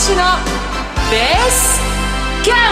志のベースキャン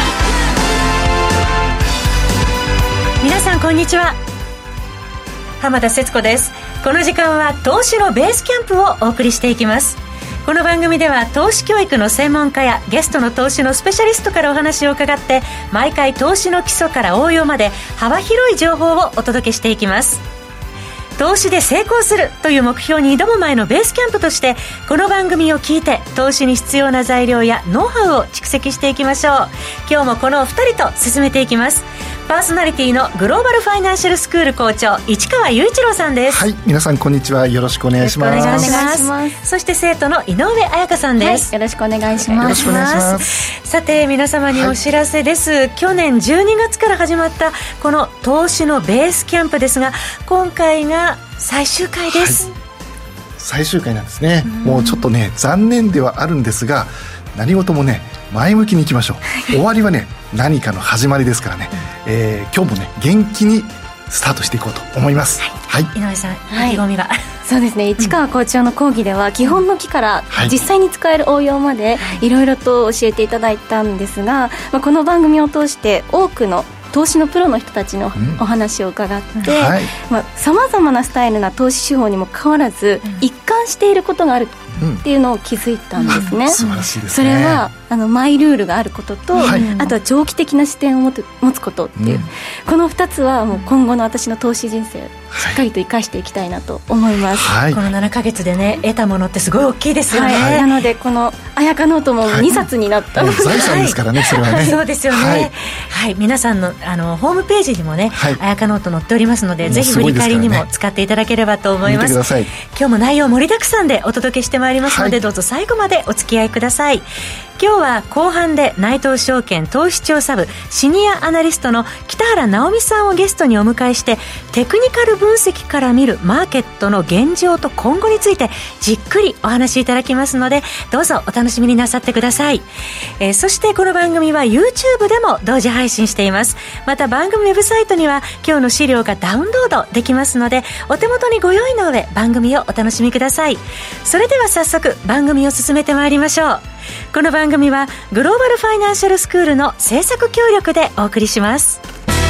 プ。 皆さんこんにちは、浜田節子です。この時間は投資のベースキャンプをお送りしていきます。この番組では投資教育の専門家やゲストの投資のスペシャリストからお話を伺って、毎回投資の基礎から応用まで幅広い情報をお届けしていきます。投資で成功するという目標に挑む前のベースキャンプとして、この番組を聞いて投資に必要な材料やノウハウを蓄積していきましょう。今日もこのお二人と進めていきます。パーソナリティのグローバルファイナンシャルスクール校長市川雄一郎さんです。 はい、皆さんこんにちは、よろしくお願いします。 よろしくお願いします。そして生徒の井上彩香さんです、 はい、よろしくお願いします。 よろしくお願いします。 さて皆様にお知らせです、はい、去年12月から始まったこの投資のベースキャンプですが、今回が最終回です、 はい、最終回なんですね。もうちょっとね残念ではあるんですが、何事もね前向きにいきましょう。終わりはね何かの始まりですからね、今日もね元気にスタートしていこうと思います。 はい、井上さん、意気込みは？ そうですね、市川校長の講義では基本の木から実際に使える応用までいろいろと教えていただいたんですが、この番組を通して多くの投資のプロの人たちのお話を伺ってさまざまなスタイルな投資手法にもかかわらず、一貫していることがあるっていうのを気づいたんですね。 素晴らしいですね。 それはマイルールがあることと、あとは長期的な視点を持つことっていう、この2つはもう今後の私の投資人生しっかりと生かしていきたいなと思います、 はい、この7ヶ月でね得たものってすごい大きいですよね、 はい、なのでこの彩香ノートも2冊になったので、 財産ですからね、それはねそうですよね、はいはい、皆さんのホームページにもね、彩香ノート載っておりますので、ぜひ振り返りにも使っていただければと思います。 見てください。 今日も内容盛りだくさんでお届けしてまいりますので、どうぞ最後までお付き合いください。今日は後半で内藤証券投資調査部シニアアナリストの北原直美さんをゲストにお迎えして、テクニカル分析から見るマーケットの現状と今後についてじっくりお話しいただきますので、どうぞお楽しみになさってください。そしてこの番組は YouTube でも同時配信しています。また番組ウェブサイトには今日の資料がダウンロードできますので、お手元にご用意の上番組をお楽しみください。それでは早速番組を進めてまいりましょう。この番組はグローバルファイナンシャルスクールの制作協力でお送りします。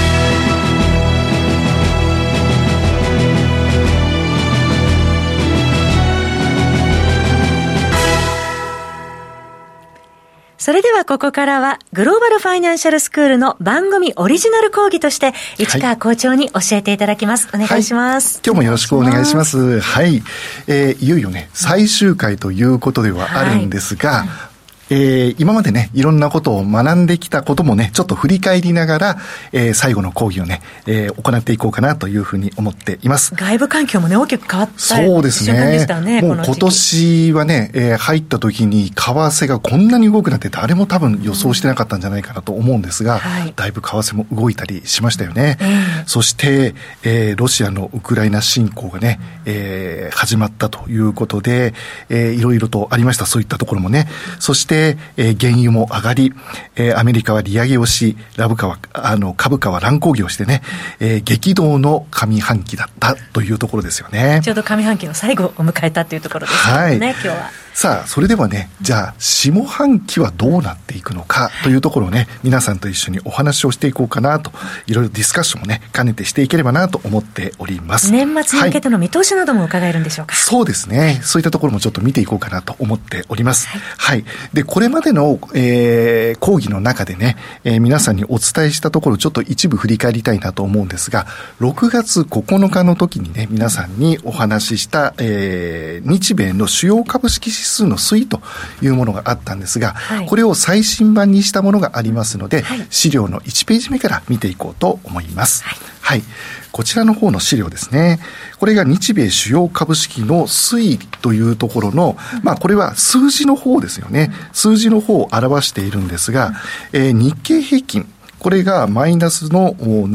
それではここからはグローバルファイナンシャルスクールの番組オリジナル講義として市川校長に教えていただきます、お願いします、 今日もよろしくお願いします。はい、いよいよね最終回ということではあるんですが、今までねいろんなことを学んできたこともねちょっと振り返りながら、最後の講義をね、行っていこうかなというふうに思っています。 外部環境もね大きく変わったそうですね、 でしたね。 もう今年はね、入った時に為替がこんなに動くなんて誰も多分予想してなかったんじゃないかなと思うんですが、だいぶ為替も動いたりしましたよね、そして、ロシアのウクライナ侵攻がね、始まったということで、いろいろとありました。そういったところもね、そして原油も上がり、アメリカは利上げをし、株価は乱高下をしてね、激動の上半期だったというところですよね。 ちょうど上半期の最後を迎えたというところですよね、今日は。 さあそれではね、じゃあ下半期はどうなっていくのかというところをね、皆さんと一緒にお話をしていこうかなと、いろいろディスカッションもね兼ねてしていければなと思っております。 年末に向けての見通しなども伺えるんでしょうか。 そうですね、そういったところもちょっと見ていこうかなと思っております。はい、でこれまでの、講義の中でね、皆さんにお伝えしたところちょっと一部振り返りたいなと思うんですが、6月9日の時にね皆さんにお話しした、日米の主要株式指数の推移というものがあったんですが、これを最新版にしたものがありますので、資料の1ページ目から見ていこうと思います。はい、こちらの方の資料ですね。これが日米主要株式の推移というところの、これは数字の方ですよね。数字の方を表しているんですが、日経平均これがマイナスの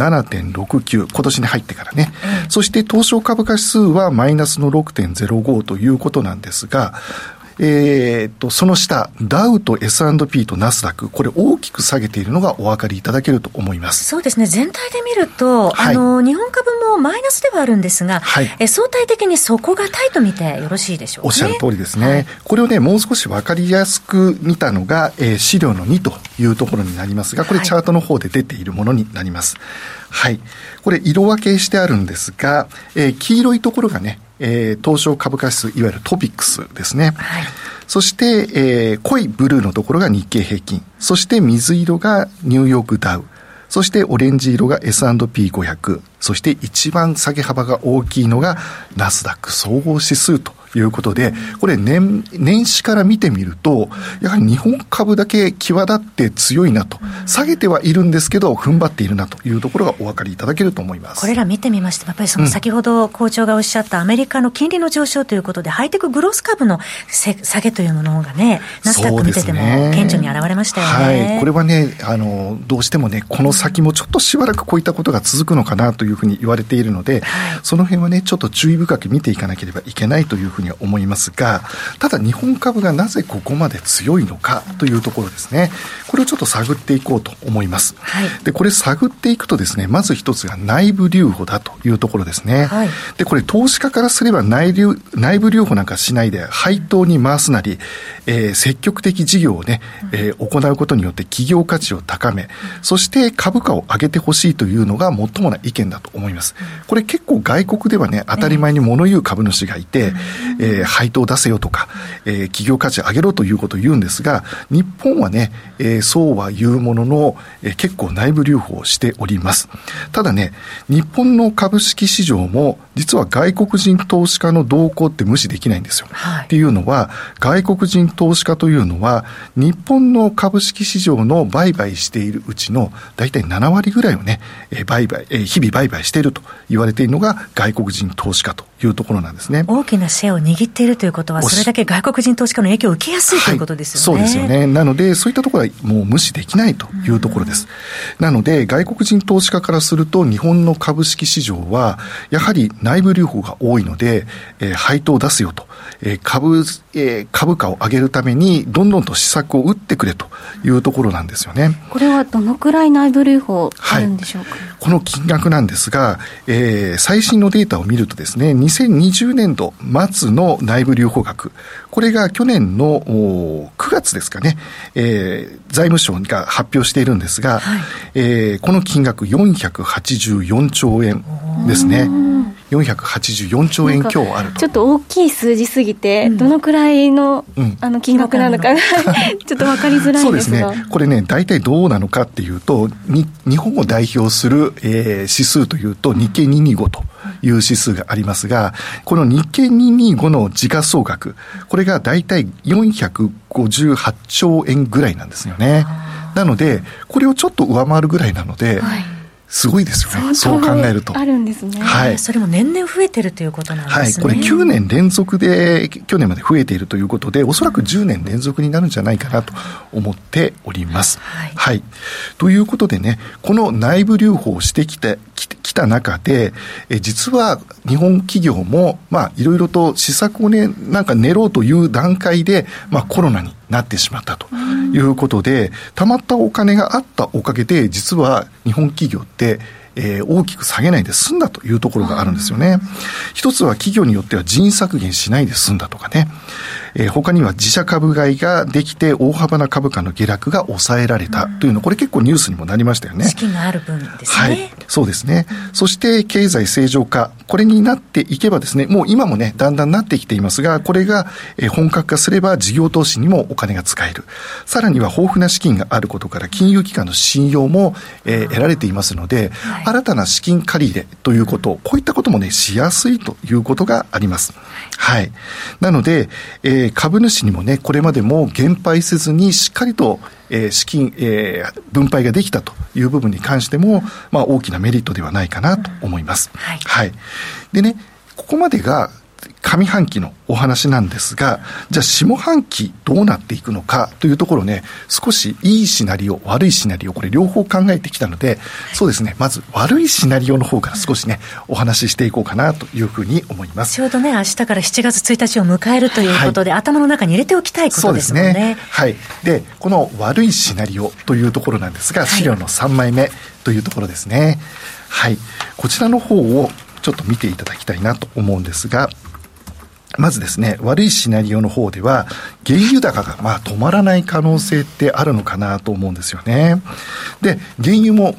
7.69 今年に入ってからね、そして東証株価指数はマイナスの 6.05 ということなんですが、 その下、ダウと S&P とナスダック、これ大きく下げているのがお分かりいただけると思います。 そうですね。全体で見ると、 はい、 日本株もマイナスではあるんですが、はい、相対的に底堅いと見てよろしいでしょうか、ね。 おっしゃる通りですね。はい、これをね、もう少し分かりやすく見たのが、資料の2というところになりますが、これチャートの方で出ているものになります。はい。これ色分けしてあるんですが、黄色いところがね、東証株価指数、いわゆるトピックスですね。はい、そして、濃いブルーのところが日経平均。そして水色がニューヨークダウ。そしてオレンジ色が S&P500。そして一番下げ幅が大きいのがナスダック総合指数ということで、これ年始から見てみると、やはり日本株だけ際立って強いなと、下げてはいるんですけど、踏ん張っているなというところがお分かりいただけると思います。 これら見てみまして、やっぱりその先ほど校長がおっしゃったアメリカの金利の上昇ということで、ハイテクグロース株の下げというものがね、ナスダック見てても顕著に現れましたよね。 はい、これはね、どうしてもね、この先もちょっとしばらくこういったことが続くのかなというふうに言われているので、はい、その辺はね、ちょっと注意深く見ていかなければいけないというふうには思いますが、ただ日本株がなぜここまで強いのかというところですね。これをちょっと探っていこうと思います。はい、で、これ探っていくとですね、まず一つが内部留保だというところですね。はい、で、これ投資家からすれば内部留保なんかしないで配当に回すなり、積極的事業をね、行うことによって企業価値を高め、そして株価を上げてほしいというのが最もな意見だと思います。これ結構外国ではね、当たり前に物言う株主がいて、配当を出せよとか、企業価値を上げろということを言うんですが、日本はね、そうは言うものの、結構内部留保をしております。ただね、日本の株式市場も実は外国人投資家の動向って無視できないんですよ。はい、っていうのは、外国人投資家というのは日本の株式市場の売買しているうちのだいたい7割ぐらいをね、日々売買していると言われているのが外国人投資家というところなんですね。 大きなシェアを握っているということは、それだけ外国人投資家の影響を受けやすいということですよね。 はい、そうですよね。なのでそういったところはもう無視できないというところです。なので外国人投資家からすると日本の株式市場はやはり内部留保が多いので、配当を出すよと、株価を上げるためにどんどんと施策を打ってくれというところなんですよね。 これはどのくらい内部留保あるんでしょうか。はい、 この金額なんですが、最新のデータを見るとですね、2020年度末の内部留保額、これが去年の9月ですかね、財務省が発表しているんですが、はい、この金額484兆円ですね。484兆円強あると。 ちょっと大きい数字すぎて、どのくらいの、金額なのかがちょっと分かりづらいですが。 そうですね。これね、大体どうなのかっていうと、日本を代表する、指数というと日経225という指数がありますが、この日経225の時価総額、これが大体458兆円ぐらいなんですよね。なのでこれをちょっと上回るぐらいなので、はい、すごいですよね。そう考えると。 あるんですね。 はい。それも年々増えてるということなんですね。 はい。これ9年連続で去年まで増えているということで、おそらく10年連続になるんじゃないかなと思っております。はい。はい。ということでね、この内部留保をしてきた中で、実は日本企業もいろいろと施策をね、なんか練ろうという段階で、コロナになってしまったということで、たまったお金があったおかげで、実は日本企業って大きく下げないで済んだというところがあるんですよね。一つは企業によっては人員削減しないで済んだとかね、他には自社株買いができて大幅な株価の下落が抑えられたというの、これ結構ニュースにもなりましたよね。 資金がある分ですね。 はい、そうですね。そして経済正常化、これになっていけばですね、もう今もね、だんだんなってきていますが、これが本格化すれば事業投資にもお金が使える。さらには豊富な資金があることから金融機関の信用も得られていますので、はい、新たな資金借り入れということ、こういったこともね、しやすいということがあります。はい。なので、株主にもね、これまでも減配せずにしっかりと資金、分配ができたという部分に関しても、大きなメリットではないかなと思います。はい。はい。でね、ここまでが上半期のお話なんですが、じゃあ下半期どうなっていくのかというところね、少しいいシナリオ、悪いシナリオ、これ両方考えてきたので、そうですね、まず悪いシナリオの方から少しね、お話ししていこうかなというふうに思います。 ちょうどね、明日から7月1日を迎えるということで、頭の中に入れておきたいことですもんね。そうですね。 はい。で、この悪いシナリオというところなんですが、資料の3枚目というところですね。はい。こちらの方をちょっと見ていただきたいなと思うんですが、まずですね、悪いシナリオの方では、原油高が止まらない可能性ってあるのかなと思うんですよね。で、原油も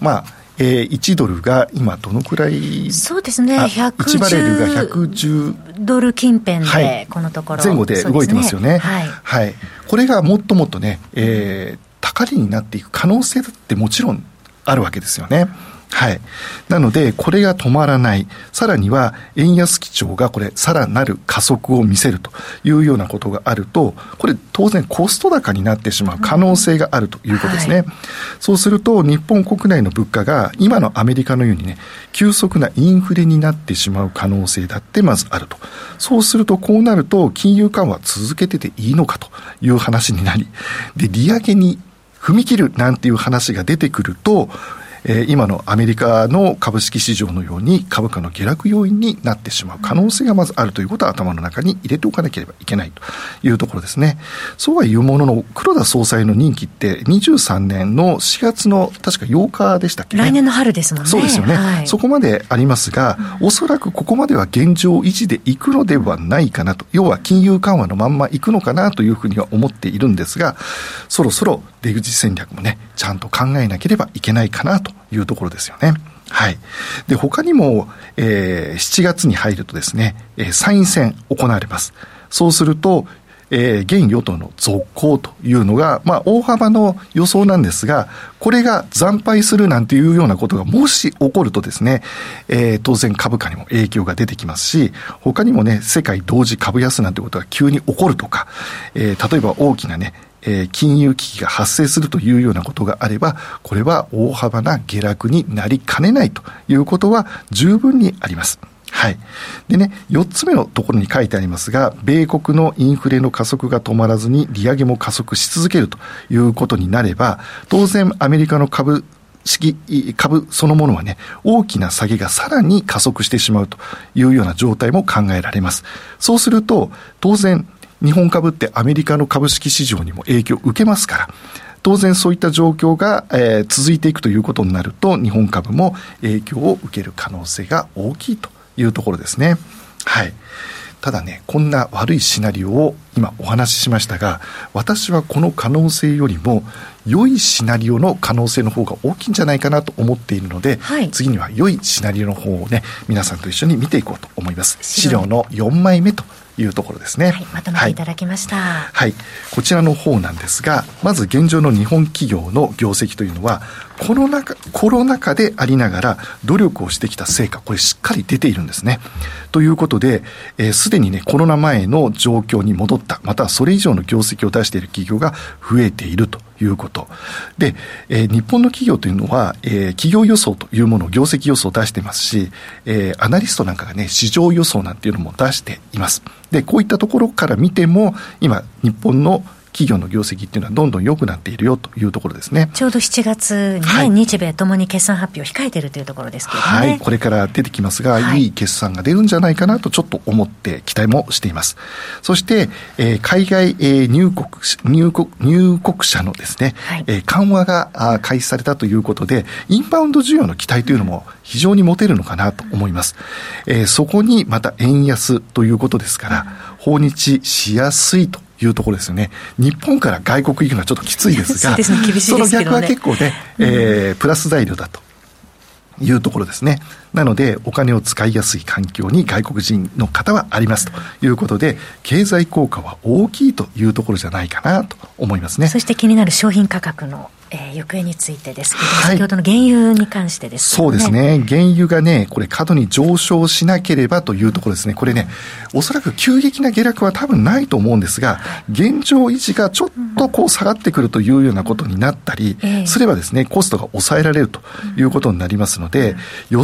1ドルが今どのくらい、 そうですね、 1バレルが110 ドル近辺で、このところ、 前後で動いてますよね。はい。はい。これがもっともっとね、高値になっていく可能性だってもちろんあるわけですよね。はい。なので、これが止まらない。さらには、円安基調がこれ、さらなる加速を見せるというようなことがあると、これ、当然コスト高になってしまう可能性があるということですね。はい、そうすると、日本国内の物価が、今のアメリカのようにね、急速なインフレになってしまう可能性だってまずあると。そうすると、こうなると、金融緩和続けてていいのかという話になり、で、利上げに踏み切るなんていう話が出てくると、今のアメリカの株式市場のように株価の下落要因になってしまう可能性がまずあるということは頭の中に入れておかなければいけないというところですね。そうはいうものの、黒田総裁の任期って23年の4月の確か8日でしたっけね。 来年の春ですもんね。 そうですよね。はい、そこまでありますが、おそらくここまでは現状維持でいくのではないかなと。要は金融緩和のまんまいくのかなというふうには思っているんですが、そろそろ出口戦略もね、ちゃんと考えなければいけないかなというところですよね。はい。で、他にも、7月に入るとですね、参院選行われます。そうすると、現与党の続行というのが、大幅の予想なんですが、これが惨敗するなんていうようなことがもし起こるとですね、当然株価にも影響が出てきますし、他にもね、世界同時株安なんてことが急に起こるとか、例えば大きなね、金融危機が発生するというようなことがあれば、これは大幅な下落になりかねないということは十分にあります。はい。でね、4つ目のところに書いてありますが、米国のインフレの加速が止まらずに利上げも加速し続けるということになれば、当然アメリカの株そのものはね、大きな下げがさらに加速してしまうというような状態も考えられます。そうすると、当然、日本株ってアメリカの株式市場にも影響を受けますから、当然そういった状況が、続いていくということになると、日本株も影響を受ける可能性が大きいというところですね。はい。ただね、こんな悪いシナリオを今お話ししましたが、私はこの可能性よりも良いシナリオの可能性の方が大きいんじゃないかなと思っているので、はい、次には良いシナリオの方をね、皆さんと一緒に見ていこうと思います。資料の4枚目というところですね。はい、 まとめていただきました。 はい、こちらの方なんですが、まず現状の日本企業の業績というのは、コロナ禍でありながら努力をしてきた成果、これしっかり出ているんですね。ということで、すでにね、コロナ前の状況に戻った、またはそれ以上の業績を出している企業が増えているということ。で、日本の企業というのは、企業予想というものを業績予想を出してますし、アナリストなんかがね、市場予想なんていうのも出しています。で、こういったところから見ても、今、日本の企業の業績っていうのはどんどん良くなっているよというところですね。 ちょうど7月にね、はい、日米ともに決算発表を控えているというところですけれどもね。 はい、これから出てきますが、はい、いい決算が出るんじゃないかなとちょっと思って期待もしています。そして、海外、入国者のですね、はい、緩和が開始されたということで、インバウンド需要の期待というのも非常に持てるのかなと思います。そこにまた円安ということですから、訪日しやすいというところですよね。日本から外国行くのはちょっときついですが、 そうですね、厳しいですけどね。 その逆は結構ね、プラス材料だというところですね。なのでお金を使いやすい環境に外国人の方はありますということで、経済効果は大きいというところじゃないかなと思いますね。 そして気になる商品価格の行方についてですけど、はい、先ほどの原油に関してですね。 そうですね。原油がね、これ過度に上昇しなければというところですね。これね、おそらく急激な下落は多分ないと思うんですが、現状維持がちょっとこう下がってくるというようなことになったりすればですね、コストが抑えられるということになりますので、予想し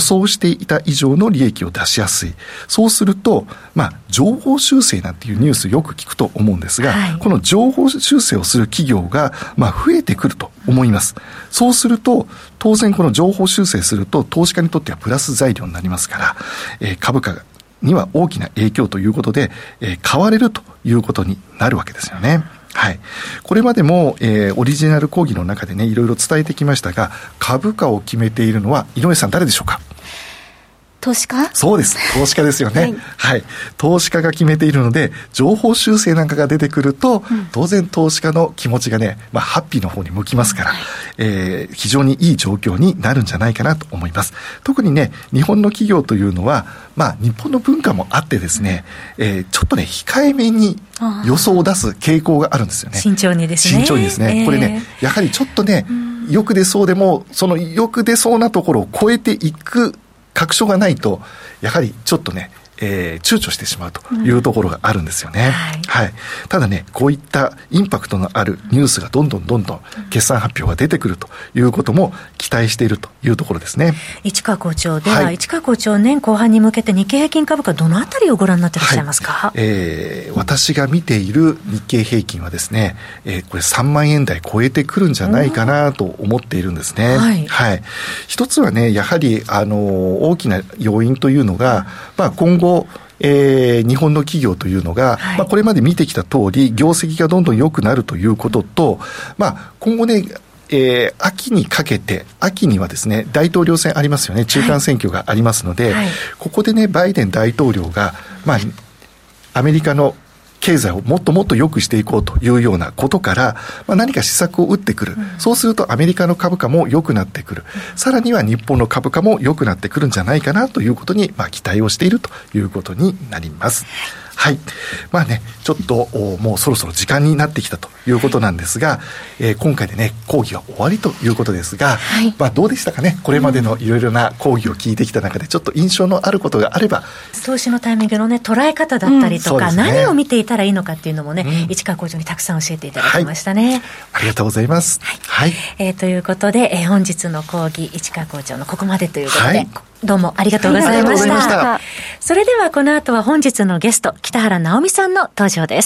していた以上の利益を出しやすい。そうすると、情報修正なんていうニュースよく聞くと思うんですが、この情報修正をする企業が、増えてくると思います。そうすると、当然この情報修正すると、投資家にとってはプラス材料になりますから、株価には大きな影響ということで、買われるということになるわけですよね。はい。これまでも、オリジナル講義の中でね、いろいろ伝えてきましたが、株価を決めているのは、井上さん誰でしょうか？ 投資家？ そうです。投資家ですよね。はい。投資家が決めているので、情報修正なんかが出てくると、当然投資家の気持ちがね、ハッピーの方に向きますから、非常にいい状況になるんじゃないかなと思います。特にね、日本の企業というのは、日本の文化もあってですね、ちょっとね、控えめに予想を出す傾向があるんですよね。 慎重にですね。 慎重にですね。これね、やはりちょっとね、よく出そうでも、そのよく出そうなところを超えていく確証がないと、やはりちょっとね、躊躇してしまうというところがあるんですよね。はい。ただね、こういったインパクトのあるニュースがどんどん決算発表が出てくるということも期待しているというところですね。 市川校長では、市川校長年後半に向けて日経平均株価どのあたりをご覧になっていらっしゃいますか？ 私が見ている日経平均はですね、これ3万円台超えてくるんじゃないかなと思っているんですね。はい。一つはね、やはり大きな要因というのが、今後日本の企業というのが、これまで見てきた通り業績がどんどん良くなるということと、今後ね、秋にかけて、秋にはですね、大統領選ありますよね、中間選挙がありますので、ここでね、バイデン大統領が、アメリカの経済をもっともっと良くしていこうというようなことから、何か施策を打ってくる。そうするとアメリカの株価も良くなってくる。さらには日本の株価も良くなってくるんじゃないかなということに、期待をしているということになります。はい。ちょっともうそろそろ時間になってきたということなんですが、今回でね、講義は終わりということですが、どうでしたかね、これまでのいろいろな講義を聞いてきた中で、ちょっと印象のあることがあれば。 投資のタイミングのね、捉え方だったりとか、何を見ていたらいいのかっていうのもね、市川校長にたくさん教えていただきましたね。 ありがとうございます。 ということで、本日の講義、市川校長のここまでということで、どうもありがとうございました。それではこの後は本日のゲスト、北原直美さんの登場です。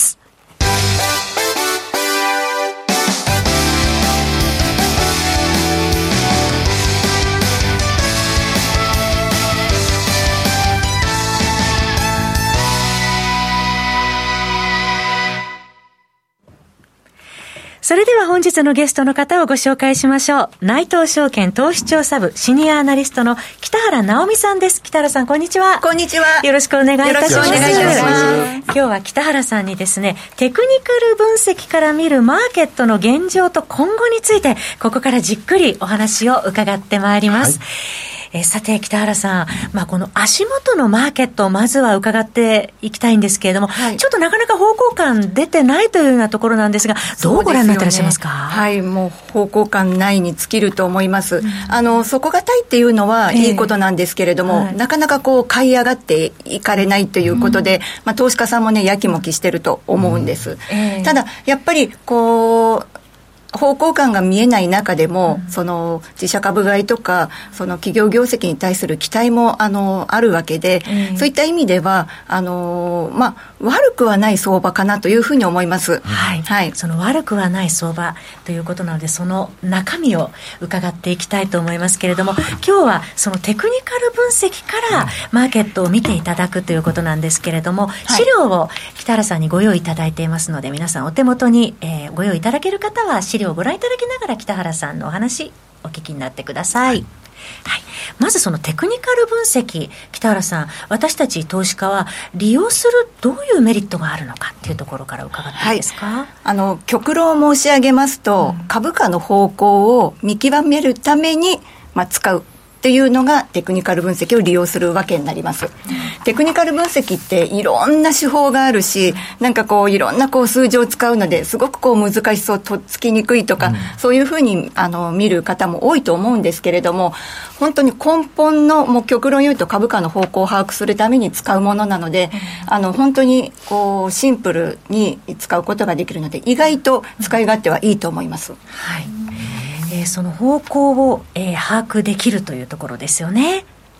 それでは本日のゲストの方をご紹介しましょう。内藤証券投資調査部シニアアナリストの北原直美さんです。北原さん、こんにちは。 こんにちは。 よろしくお願いいたします。 よろしくお願いします。 今日は北原さんにですね、テクニカル分析から見るマーケットの現状と今後について、ここからじっくりお話を伺ってまいります。さて北原さん、この足元のマーケットをまずは伺っていきたいんですけれども、ちょっとなかなか方向感出てないというようなところなんですが、どうご覧になっていらっしゃいますか？ はい、もう方向感ないに尽きると思います。底堅いっていうのはいいことなんですけれども、なかなか買い上がっていかれないということで、投資家さんもね、やきもきしてると思うんです。ただやっぱり方向感が見えない中でも、その自社株買いとかその企業業績に対する期待もあるわけで、そういった意味では悪くはない相場かなというふうに思います。 その悪くはない相場ということなので、その中身を伺っていきたいと思いますけれども、今日はそのテクニカル分析からマーケットを見ていただくということなんですけれども、資料を北原さんにご用意いただいていますので、皆さんお手元に、ご用意いただける方は資料をご覧いただきながら北原さんのお話お聞きになってください。まずそのテクニカル分析、北原さん、私たち投資家は利用するどういうメリットがあるのかっていうところから伺っていいですか？ 極論申し上げますと、株価の方向を見極めるために、使うっていうのがテクニカル分析を利用するわけになります。テクニカル分析っていろんな手法があるし、なんかいろんな数字を使うのですごく難しそう、とっつきにくいとか、そういうふうに見る方も多いと思うんですけれども、本当に根本のもう極論言うと株価の方向を把握するために使うものなので、本当にシンプルに使うことができるので、意外と使い勝手はいいと思います。 その方向を、把握できるというところですよね。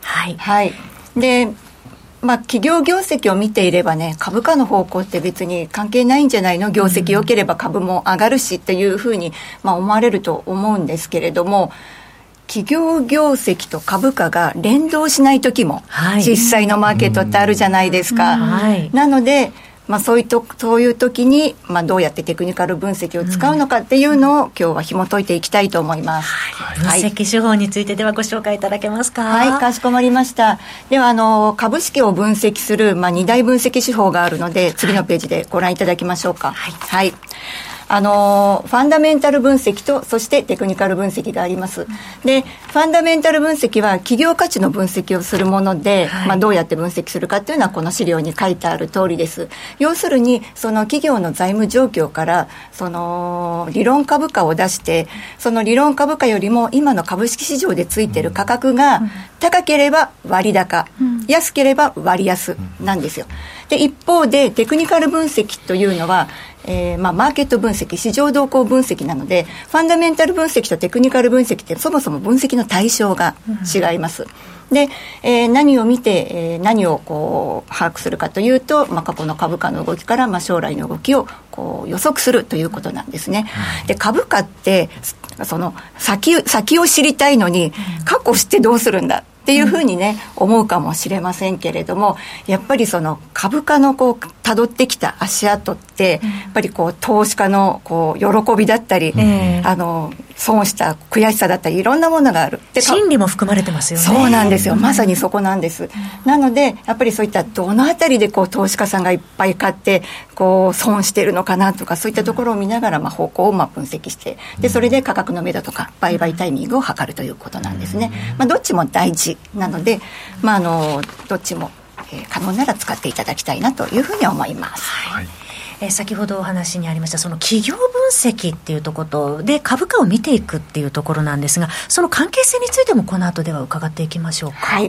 はい、 はい、で企業業績を見ていればね、株価の方向って別に関係ないんじゃないの、業績良ければ株も上がるしっていうふうに思われると思うんですけれども、企業業績と株価が連動しない時も実際のマーケットってあるじゃないですか、なのでそういう時に、どうやってテクニカル分析を使うのかっていうのを、今日は紐解いていきたいと思います。 分析手法についてではご紹介いただけますか。 はい、かしこまりました。では株式を分析する、2大分析手法があるので、次のページでご覧いただきましょうか。はい、ファンダメンタル分析と、そしてテクニカル分析があります。で、ファンダメンタル分析は企業価値の分析をするもので、どうやって分析するかっていうのはこの資料に書いてある通りです。要するに、その企業の財務状況から、その理論株価を出して、その理論株価よりも今の株式市場でついている価格が高ければ割高、安ければ割安なんですよ。で、一方でテクニカル分析というのは、マーケット分析、市場動向分析なので、ファンダメンタル分析とテクニカル分析ってそもそも分析の対象が違います。で、何を見て、何を把握するかというと、過去の株価の動きから、将来の動きを予測するということなんですね。で、株価ってその先を知りたいのに、過去知ってどうするんだっていうふうにね、思うかもしれませんけれども、やっぱりその株価の辿ってきた足跡って、やっぱり投資家の喜びだったり、損した悔しさだったり、いろんなものがある。 で、心理も含まれてますよね。 そうなんですよ。まさにそこなんです。なので、やっぱりそういったどのあたりで投資家さんがいっぱい買って損してるのかなとか、そういったところを見ながら方向を分析して、でそれで価格の目処とか売買タイミングを測るということなんですね。どっちも大事なので、どっちも可能なら使っていただきたいなというふうに思います。 先ほどお話にありましたその企業分析っていうところで株価を見ていくっていうところなんですが、その関係性についてもこの後では伺っていきましょうか。 はい、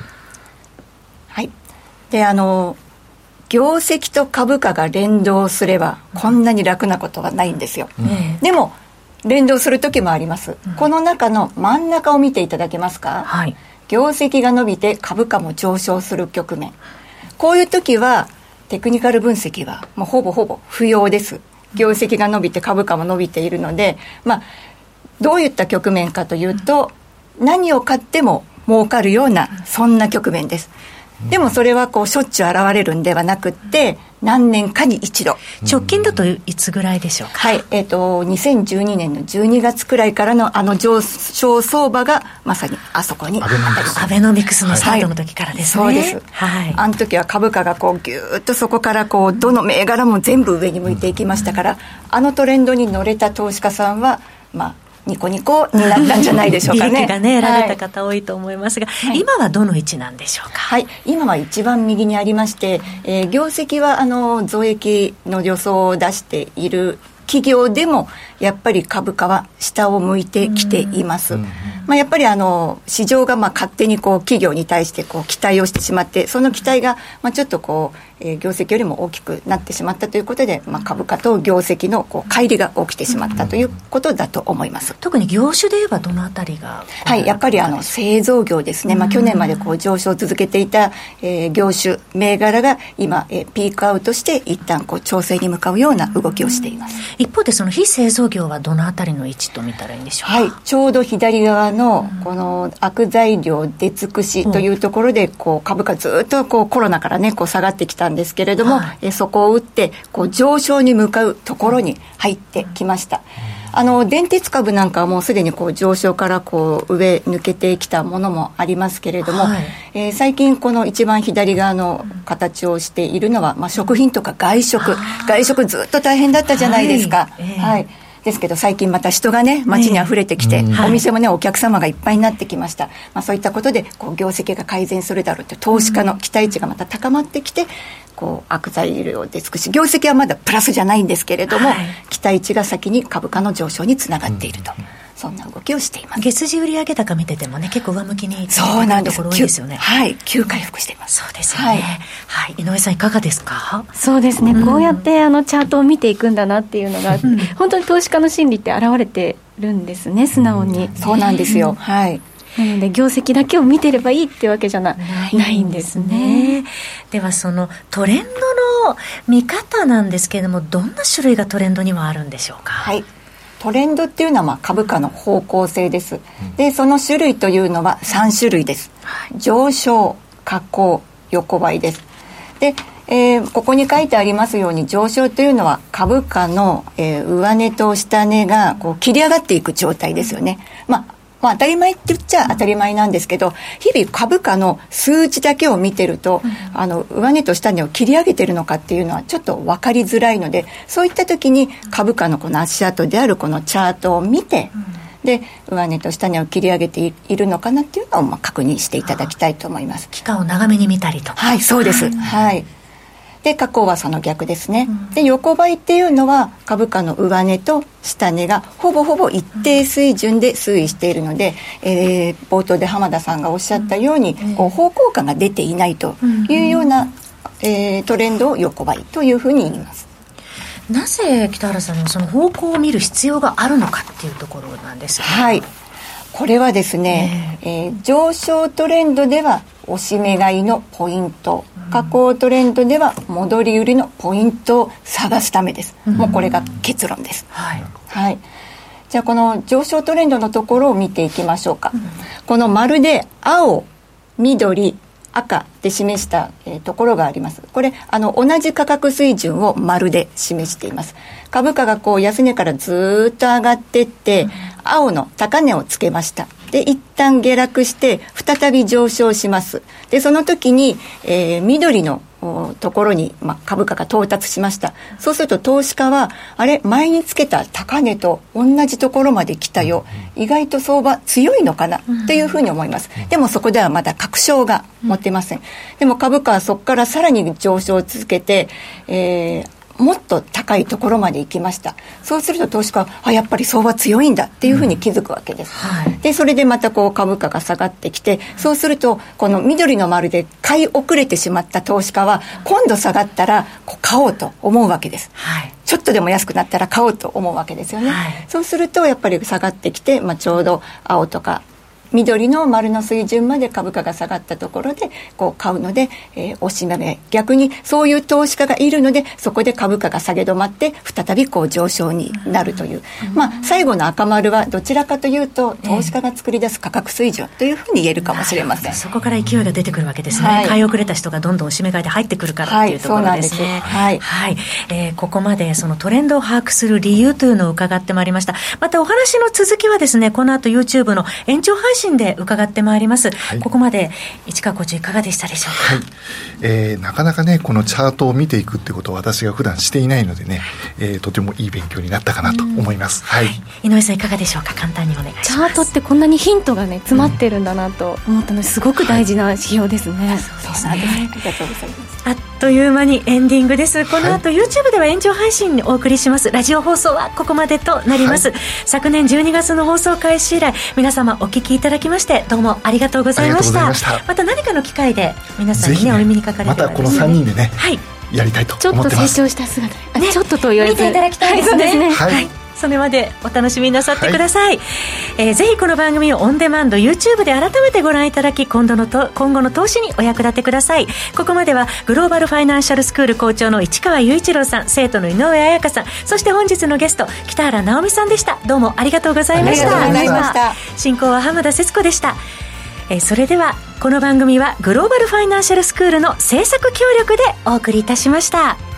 で業績と株価が連動すればこんなに楽なことはないんですよ、でも連動する時もあります、この中の真ん中を見ていただけますか。業績が伸びて株価も上昇する局面、こういう時はテクニカル分析はもうほぼ不要です。業績が伸びて株価も伸びているので、どういった局面かというと、何を買っても儲かるようなそんな局面です。でもそれはしょっちゅう現れるんではなくって何年かに一度。 直近だといつぐらいでしょうか。 2012年の12月くらいからの上昇相場がまさにあそこに当たります。 アベノミクスのスタートの時からですね。 そうです、あの時は株価がギューッとそこからどの銘柄も全部上に向いていきましたから、あのトレンドに乗れた投資家さんはニコニコになったんじゃないでしょうかね。 利益がね、得られた方多いと思いますが、今はどの位置なんでしょうか。 今は一番右にありまして、業績は増益の予想を出している企業でもやっぱり株価は下を向いてきています、やっぱり市場が勝手に企業に対して期待をしてしまって、その期待がちょっと業績よりも大きくなってしまったということで、株価と業績の乖離が起きてしまったということだと思います。 特に業種で言えばどのあたりが。 やっぱり製造業ですね、去年まで上昇を続けていた、業種銘柄が今、ピークアウトして一旦調整に向かうような動きをしています。 一方でその非製造業はどのあたりの位置と見たらいいんでしょうか。 ちょうど左側のこの悪材料出尽くしというところで株価ずっとコロナからね下がってきたんですけれども、そこを打って上昇に向かうところに入ってきました。電鉄株なんかはもうすでに上昇から上抜けてきたものもありますけれども、最近この一番左側の形をしているのは、食品とか外食ずっと大変だったじゃないですか。ですけど最近また人がね街にあふれてきて、お店もねお客様がいっぱいになってきました、そういったことで業績が改善するだろうという投資家の期待値がまた高まってきて、悪材料で尽くし業績はまだプラスじゃないんですけれども、期待値が先に株価の上昇につながっていると、そんな動きをしています。 月次売上高見ててもね結構上向きにそうなんです。 ところ多いですよね。 急回復しています。 そうですよね。井上さんいかがですか。 そうですね、こうやってチャートを見ていくんだなっていうのが、本当に投資家の心理って現れてるんですね、素直に。 そうなんですよ。 なので業績だけを見てればいいっていうわけじゃないんですね。 ではそのトレンドの見方なんですけれども、どんな種類がトレンドにはあるんでしょうか。 はい、トレンドっていうのは株価の方向性です。でその種類というのは3種類です。上昇、下降、横ばいです。でここに書いてありますように、上昇というのは株価の、上値と下値がこう切り上がっていく状態ですよね。当たり前って言っちゃ当たり前なんですけど、日々株価の数値だけを見てると、上値と下値を切り上げてるのかっていうのはちょっと分かりづらいので、そういった時に株価のこの足跡であるこのチャートを見て、で上値と下値を切り上げているのかなっていうのを確認していただきたいと思います。 期間を長めに見たりと。 はい、そうです。はい。で下降はその逆ですね。で横ばいっていうのは株価の上値と下値がほぼほぼ一定水準で推移しているので、冒頭で浜田さんがおっしゃったように、こう方向感が出ていないというような、トレンドを横ばいというふうに言います。 なぜ北原さんのその方向を見る必要があるのかっていうところなんですよね。 はい、これはですね、上昇トレンドでは押し目買いのポイント、下降トレンドでは戻り売りのポイントを探すためです。もうこれが結論です。はいはい、じゃあこの上昇トレンドのところを見ていきましょうか。この丸で青、緑、赤で示した、ところがあります。これ同じ価格水準を丸で示しています。株価がこう安値からずっと上がっていって、青の高値をつけました。で一旦下落して再び上昇します。でその時に、緑のところに、株価が到達しました。そうすると投資家はあれ前につけた高値と同じところまで来たよ、意外と相場強いのかなっていうふうに思います。でもそこではまだ確証が持てません。でも株価はそこからさらに上昇を続けて、もっと高いところまで行きました。そうすると投資家はやっぱり相場強いんだっていうふうに気づくわけです。でそれでまたこう株価が下がってきて、そうするとこの緑の丸で買い遅れてしまった投資家は今度下がったらこう買おうと思うわけです。ちょっとでも安くなったら買おうと思うわけですよね。そうするとやっぱり下がってきて、ちょうど青とか緑の丸の水準まで株価が下がったところでこう買うので、押し目買い、逆にそういう投資家がいるのでそこで株価が下げ止まって再びこう上昇になるという、最後の赤丸はどちらかというと投資家が作り出す価格水準というふうに言えるかもしれません。 そこから勢いが出てくるわけですね。買い遅れた人がどんどん押し目買いで入ってくるからっていうところですね。ここまでそのトレンドを把握する理由というのを伺ってまいりました。またお話の続きはですね、この後 YouTube の延長配信で伺ってまいります。ここまで市川コーチいかがでしたでしょうか。 なかなかねこのチャートを見ていくってことを私が普段していないのでね、とてもいい勉強になったかなと思います。 井上さんいかがでしょうか。簡単にお願いします。 チャートってこんなにヒントがね詰まってるんだなと思ったのですごく大事な指標ですね。 そうですね。ありがとうございます。 あっという間にエンディングです。この後 YouTube では延長配信にお送りします。ラジオ放送はここまでとなります。昨年12月の放送開始以来皆様お聞きいただきましてどうもありがとうございました。また何かの機会で皆さんにねお耳にかかれれば、 またこの3人でね、やりたいと思ってます。 ちょっと成長した姿で、ちょっとと言われて見ていただきたいですね。それまでお楽しみになさってください。ぜひこの番組をオンデマンド YouTube で改めてご覧いただき今後の投資にお役立てください。ここまではグローバルファイナンシャルスクール校長の市川雄一郎さん、生徒の井上彩香さん、そして本日のゲスト北原直美さんでした。どうもありがとうございました。進行は浜田節子でした。それではこの番組はグローバルファイナンシャルスクールの制作協力でお送りいたしました。